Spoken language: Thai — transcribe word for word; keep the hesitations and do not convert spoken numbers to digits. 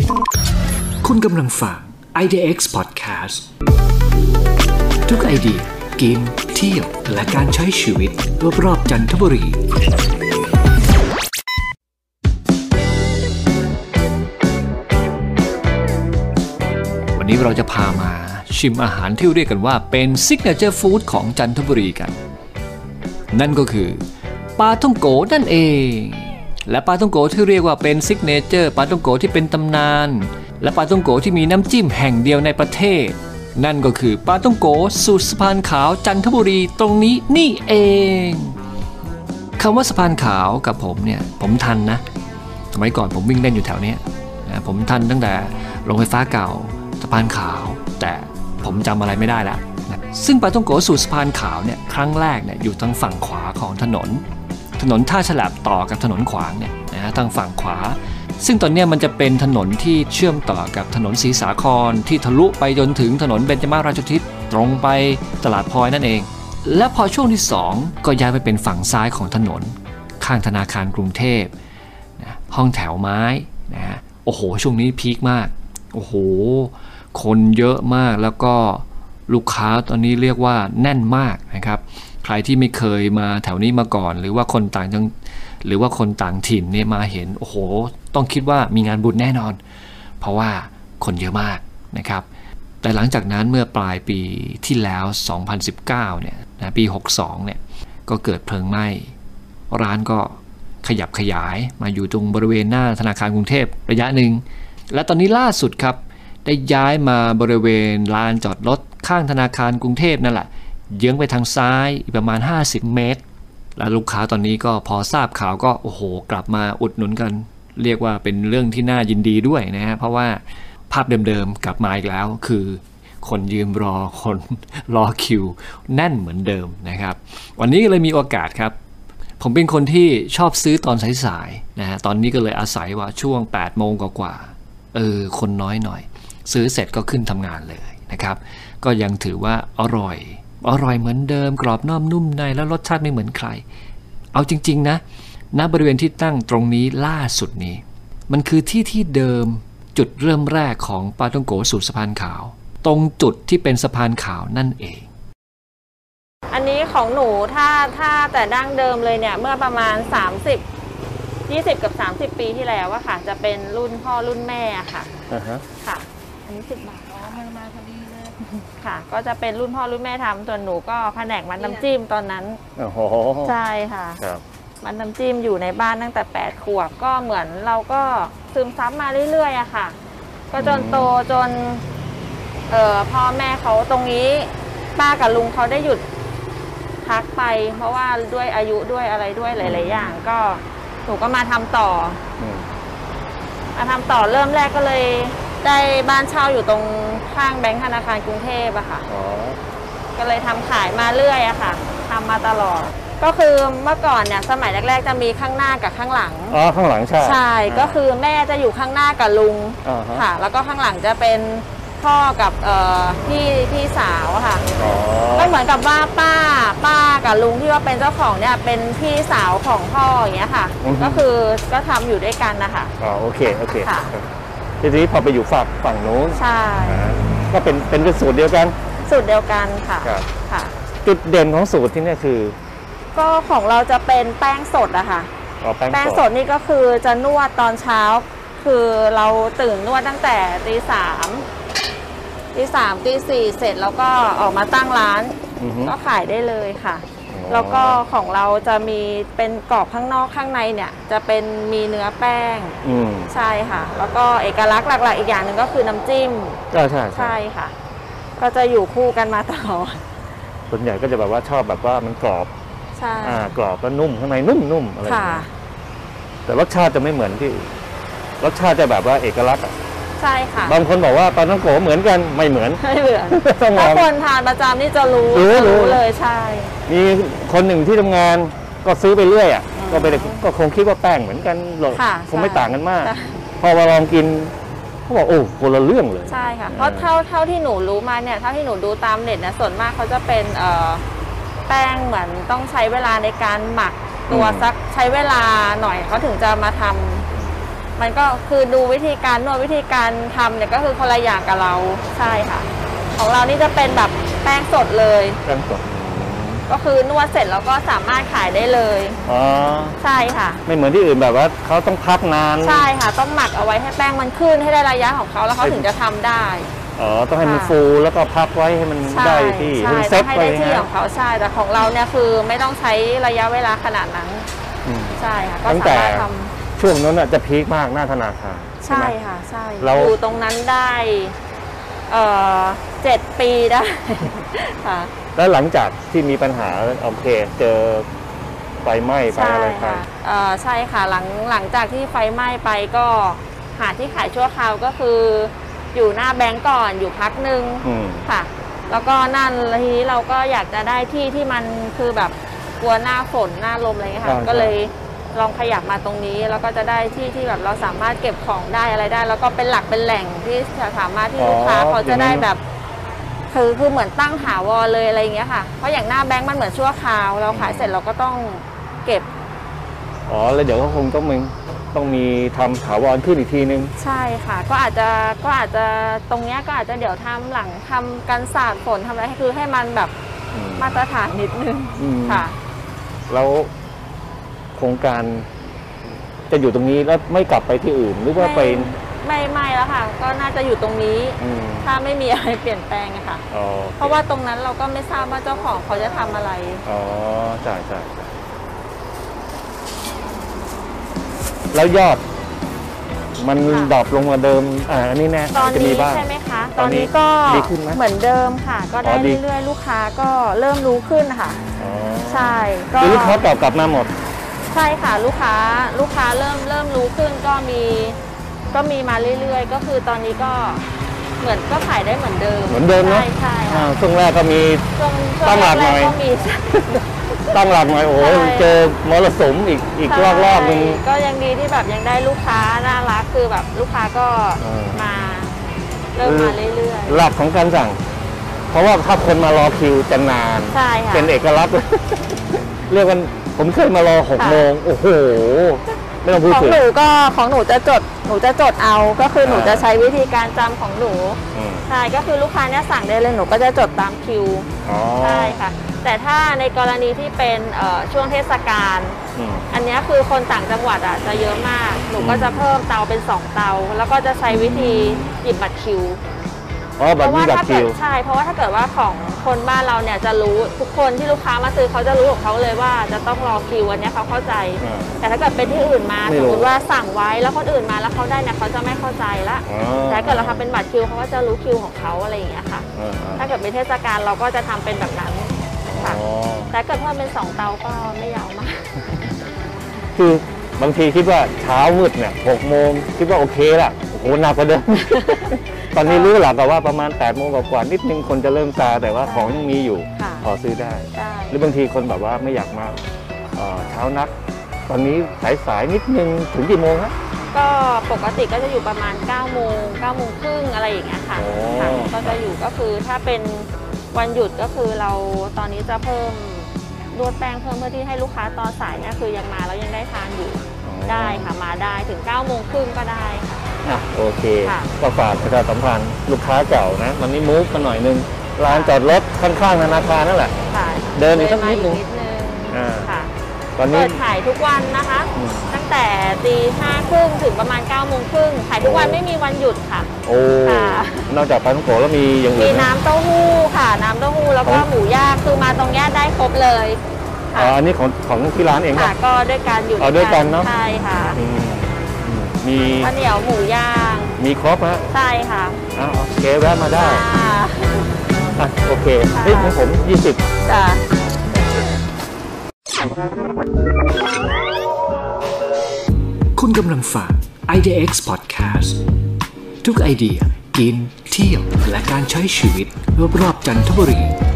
คุณกำลังฟัง ไอ ดี เอ็กซ์ Podcast ทุกไอเดียกินเที่ยวและการใช้ชีวิตรอบๆจันทบุรีวันนี้เราจะพามาชิมอาหารที่เรียกกันว่าเป็นซิกเนเจอร์ฟู้ดของจันทบุรีกันนั่นก็คือปลาท่องโกนั่นเองและปลาท่องโกที่เรียกว่าเป็นซิกเนเจอร์ปลาท่องโกที่เป็นตำนานและปลาท่องโกที่มีน้ำจิ้มแห่งเดียวในประเทศนั่นก็คือปลาท่องโกสูตรสะพานขาวจันทบุรีตรงนี้นี่เองคำว่าสะพานขาวกับผมเนี่ยผมทันนะสมัยก่อนผมวิ่งเล่นอยู่แถวนี้นะผมทันตั้งแต่โรงไฟฟ้าเก่าสะพานขาวแต่ผมจำอะไรไม่ได้ละนะซึ่งปลาท่องโกสูตรสะพานขาวเนี่ยครั้งแรกเนี่ยอยู่ทางฝั่งขวาของถนนถนนท่าฉลาบต่อกับถนนขวางเนี่ยนะทางฝั่งขวาซึ่งตอนนี้มันจะเป็นถนนที่เชื่อมต่อกับถนนศรีสาครที่ทะลุไปจนถึงถนนเบญจมาศราชอุทิศตรงไปตลาดพลอยนั่นเองและพอช่วงที่สองก็ย้ายไปเป็นฝั่งซ้ายของถนนข้างธนาคารกรุงเทพนะห้องแถวไม้นะโอ้โหช่วงนี้พีคมากโอ้โหคนเยอะมากแล้วก็ลูกค้าตอนนี้เรียกว่าแน่นมากนะครับใครที่ไม่เคยมาแถวนี้มาก่อนหรือว่าคนต่างจังหรือว่าคนต่างถิ่นเนี่ยมาเห็นโอ้โหต้องคิดว่ามีงานบุญแน่นอนเพราะว่าคนเยอะมากนะครับแต่หลังจากนั้นเมื่อปลายปีที่แล้วสองพันสิบเก้าเนี่ยนะปีหกสิบสองเนี่ยก็เกิดเพลิงไหม้ร้านก็ขยับขยายมาอยู่ตรงบริเวณหน้าธนาคารกรุงเทพระยะหนึ่งและตอนนี้ล่าสุดครับได้ย้ายมาบริเวณลานจอดรถข้างธนาคารกรุงเทพนั่นแหละเยื้องไปทางซ้ายอีกประมาณห้าสิบเมตรและลูกค้าตอนนี้ก็พอทราบข่าวก็โอ้โหกลับมาอุดหนุนกันเรียกว่าเป็นเรื่องที่น่ายินดีด้วยนะฮะเพราะว่าภาพเดิมๆกลับมาอีกแล้วคือคนยืนรอคนรอคิวแน่นเหมือนเดิมนะครับวันนี้เลยมีโอกาสครับผมเป็นคนที่ชอบซื้อตอนสายๆนะฮะตอนนี้ก็เลยอาศัยว่าช่วงแปดโมงกว่าๆเออคนน้อยหน่อยซื้อเสร็จก็ขึ้นทำงานเลยนะครับก็ยังถือว่าอร่อยอร่อยเหมือนเดิมกรอบนอกนุ่มในแล้วรสชาติไม่เหมือนใครเอาจริงๆนะณบริเวณที่ตั้งตรงนี้ล่าสุดนี้มันคือที่ที่เดิมจุดเริ่มแรกของปลาท่องโกสูตรสะพานขาวตรงจุดที่เป็นสะพานขาวนั่นเองอันนี้ของหนูถ้าถ้าแต่ดั้งเดิมเลยเนี่ยเมื่อประมาณสามสิบ ยี่สิบกับสามสิบปีที่แล้วอะค่ะจะเป็นรุ่นพ่อรุ่นแม่ค่ะอ่าฮะค่ะอันนี้สิบบาทอ๋อมามาพอดีเลยค่ะก็จะเป็นรุ่นพ่อรุ่นแม่ทำส่วนหนูก็แผนกมันน้ำจิ้มตอนนั้นโอ้โหใช่ค่ะครับมันน้ำจิ้มอยู่ในบ้านตั้งแต่แปดขวบก็เหมือนเราก็ซึมซับมาเรื่อยๆอะค่ะก็จนโตจนเอ่อพ่อแม่เขาตรงนี้ป้ากับลุงเขาได้หยุดพักไปเพราะว่าด้วยอายุด้วยอะไรด้วยหลายๆอย่างก็หนูก็มาทำต่อมาทำต่อเริ่มแรกก็เลยได้บ้านเช่าอยู่ตรงข้างแบงก์ธนาคารกรุงเทพอะค่ะก็เลยทำขายมาเรื่อยอะค่ะทำมาตลอดก็คือเมื่อก่อนเนี่ยสมัยแรกๆจะมีข้างหน้ากับข้างหลังอ๋อข้างหลังใช่ใช่ก็คือแม่จะอยู่ข้างหน้ากับลุงค่ะแล้วก็ข้างหลังจะเป็นพ่อกับพี่พี่สาวค่ะก็เหมือนกับว่าป้าป้ากับลุงที่ว่าเป็นเจ้าของเนี่ยเป็นพี่สาวของพ่ออย่างเงี้ยค่ะก็คือก็ทำอยู่ด้วยกันนะคะอ๋อโอเคโอเคทีนี้พอไปอยู่ฝั่งฝั่งโน้นใช่ก็เป็นเป็นสูตรเดียวกันสูตรเดียวกันค่ะค่ะจุดเด่นของสูตรที่นี่คือก็ของเราจะเป็นแป้งสดอะค่ะแป้งสดนี่ก็คือจะนวดตอนเช้าคือเราตื่นนวดตั้งแต่ตีสามตีสามตีสี่เสร็จแล้วก็ออกมาตั้งร้านก็ขายได้เลยค่ะแล้วก็ของเราจะมีเป็นกรอบข้างนอกข้างในเนี่ยจะเป็นมีเนื้อแป้งใช่ค่ะแล้วก็เอกลักษณ์หลักๆอีกอย่างหนึ่งก็คือน้ำจิ้มใช่ใช่ใช่ค่ะก็จะอยู่คู่กันมาตลอดส่วนใหญ่ก็จะแบบว่าชอบแบบว่ามันกรอบใช่อ่ากรอบแล้วนุ่มข้างในนุ่มๆอะไรอย่างเงี้ยแต่รสชาติจะไม่เหมือนที่รสชาติจะแบบว่าเอกลักษณ์ใช่ค่ะบางคนบอกว่าปลาท่องโกเหมือนกันไม่เหมือนไม่เหมือนถ้าคนทานประจำนี่จะรู้รู้เลยใช่มีคนหนึ่งที่ทำงานก็ซื้อไปเรื่อยอ่ะก็ไปก็คงคิดว่าแป้งเหมือนกันหรอกคงไม่ต่างกันมากพอมาลองกินเขาบอกโอ้คนละเรื่องเลยใช่ค่ะเพราะเท่าเท่าที่หนูรู้มาเนี่ยเท่าที่หนูดูตามเน็ตนะส่วนมากเขาจะเป็นเอ่อแป้งเหมือนต้องใช้เวลาในการหมักตัวสักใช้เวลาหน่อยเขาถึงจะมาทำมันก็คือดูวิธีการนวดวิธีการทำเนี่ยก็คือคนละอย่างกับเราใช่ค่ะของเรานี่จะเป็นแบบแป้งสดเลยแป้งสดก็คือนวดเสร็จแล้วก็สามารถขายได้เลยอ๋อใช่ค่ะไม่เหมือนที่อื่นแบบว่าเขาต้องพักนานใช่ค่ะต้องหมักเอาไว้ให้แป้งมันขึ้นให้ได้ระยะของเขาแล้วเขาถึงจะทำได้อ๋อต้องให้มันฟูแล้วก็พักไว้ให้มันได้ที่ให้เซ็ตไปให้ได้ที่ของเขาใช่แต่ของเราเนี่ยคือไม่ต้องใช้ระยะเวลาขนาดนั้นใช่ค่ะก็สามารถทำช่วงนั้นจะพีคมากหน้าธนาคารใช่ค่ะใช่อยู่ตรงนั้นได้เอ่อเจ็ดปีได้ค่ะแล้วหลังจากที่มีปัญหาโอเคเจอไฟไหม้ไฟอะไรไปเอ่อใช่ค่ะหลังหลังจากที่ไฟไหม้ไปก็หาที่ขายชั่วคราวก็คืออยู่หน้าแบงก์ก่อนอยู่พักหนึ่งค่ะแล้วก็นั่นทีนี้เราก็อยากจะได้ที่ที่มันคือแบบกลัวหน้าฝนหน้าลมอะไรเงี้ยค่ะก็เลยลองขยับมาตรงนี้แล้วก็จะได้ที่ที่แบบเราสามารถเก็บของได้อะไรได้แล้วก็เป็นหลักเป็นแหล่งที่สามารถที่ลูกค้าเขาจะได้แบบคือคือเหมือนตั้งถาวรเลยอะไรอย่างเงี้ยค่ะเพราะอย่างหน้าแบงก์มันเหมือนชั่วคราวเราขายเสร็จเราก็ต้องเก็บอ๋อแล้วเดี๋ยวก็คงต้องมึงต้องมีทำถาวรขึ้นอีกทีนึงใช่ค่ะก็อาจจะก็อาจจะตรงเนี้ยก็อาจจะเดี๋ยวทำหลังทำกันสาดฝนทำอะไรคือให้มันแบบมาตรฐานนิดนึงค่ะแล้วโครงการจะอยู่ตรงนี้แล้วไม่กลับไปที่อื่นหรือว่าไปไม่ไม่แล้วค่ะก็น่าจะอยู่ตรงนี้ถ้าไม่มีอะไรเปลี่ยนแปลงอะค่ะเพราะว่าตรงนั้นเราก็ไม่ทราบว่าเจ้าของเขาจะทำอะไรอ๋อใช่ใช่แล้วยอดมันดรอปลงมาเดิมอ่าอันนี้แน่ตอนนี้ใช่ไหมคะตอนนี้ก็เหมือนเดิมค่ะก็ได้เรื่อยๆลูกค้าก็เริ่มรู้ขึ้นค่ะใช่ก็ลูกค้าตอบกลับมาหมดใช่ค่ะลูกค้าลูกค้าเริ่มเริ่มรู้ขึ้นก็มีก็มีมาเรื่อยๆก็คือตอนนี้ก็เหมือนก็ขายได้เหมือนเดิมเหมือนเดิมเนาะใช่ใช่ช่วงแรกก็มีตั้งหลักหน่อยตั้งหลักหน่อยโอ้ยเจอมรสุมอีกอีกรอบรอบนึงก็ยังดีที่แบบยังได้ลูกค้าน่ารักคือแบบลูกค้าก็มาเริ่มมาเรื่อยๆหลักของการสั่งเพราะว่าถ้าคนมารอคิวจะนานใช่ค่ะเป็นเอกลักษณ์เรียกว่าผมเคยมารอหกโมงโอ้โหไม่ต้องพูดถึงของหนูก็ของหนูจะจดหนูจะจดเอาก็คือหนูจะใช้วิธีการจำของหนูใช่ก็คือลูกค้าเนี่ยสั่งได้เลยหนูก็จะจดตามคิวใช่ค่ะแต่ถ้าในกรณีที่เป็นช่วงเทศกาลอันนี้คือคนต่างจังหวัดอ่ะจะเยอะมากหนูก็จะเพิ่มเตาเป็นสองเตาแล้วก็จะใช้วิธีหยิบบัตรคิวเพราะว่าถ้าเกิดใช่เพราะว่าถ้าเกิดว่าของคนบ้านเราเนี่ยจะรู้ทุกคนที่ลูกค้ามาซื้อเขาจะรู้ของเขาเลยว่าจะต้องรอคิววันนี้เขาเข้าใจแต่ถ้าเกิดเป็นที่อื่นมาสมมติว่าสั่งไว้แล้วคนอื่นมาแล้วเขาได้เนี่ยเขาจะไม่เข้าใจละแต่ถ้าเกิดเราทำเป็นบัตรคิวเขาก็จะรู้คิวของเขาอะไรอย่างเงี้ยค่ะถ้าเกิดเป็นเทศกาลเราก็จะทำเป็นแบบนั้นค่ะแต่เกิดเพิ่มเป็นสองเตาก็ไม่ยาวมากคือบางทีคิดว่าเช้ามืดเนี่ยหกโมงคิดว่าโอเคละโอ้โหหนักกว่าเดิมตอนนี้รู้หลักแต่ว่าประมาณแปดโมงกว่านิดนึงคนจะเริ่มซาแต่ว่าของยังมีอยู่พอซื้อได้หรือบางทีคนแบบว่าไม่อยากมาเช้านักตอนนี้สายสายนิดนึงถึงกี่โมงครับก็ปกติก็จะอยู่ประมาณเก้าโมงเก้าโมงครึ่งอะไรอย่างเงี้ยค่ะก็จะอยู่ก็คือถ้าเป็นวันหยุดก็คือเราตอนนี้จะเพิ่มนวดแป้งเพิ่มเพื่อที่ให้ลูกค้าตอนสายเนี่ยคือยังมาแล้วยังได้ทานอยู่ได้ค่ะมาได้ถึงเก้าโมงครึ่งก็ได้ค่ะโอเคก็ฝากประชาสัมพันธ์ลูกค้าเก่านะวันนี้มูฟมาหน่อยนึงร้านจอดรถข้างๆธนาคารนั่นแหละเดินอีกสักนิดนึงตอนนี้เปิดขายทุกวันนะคะตั้งแต่ตีห้าครึ่งถึงประมาณเก้าโมงครึ่งขายทุกวันไม่มีวันหยุดค่ะโอ้นอกจากปลาท่องโกแล้วมีอย่างอื่นมีน้ำเต้าหู้ค่ะน้ำเต้าหู้แล้วก็หมูย่างคือมาตรงนี้ได้ครบเลยอ๋ออันนี้ของของที่ร้านเองค่ะก็ด้วยกันอยู่ด้วยกันเนาะใช่ค่ะมีข้าวเหนียวหมูย่างมีครบฮะใช่ค่ะอ๋อโอเคแวะมาได้อ่ะโอเคเฮ้ยของผมยี่สิบจ้ะคุณกำลังฟัง ไอ ดี เอ็กซ์ Podcast ทุกไอเดียกินเที่ยวและการใช้ชีวิตรอบๆจันทบุรี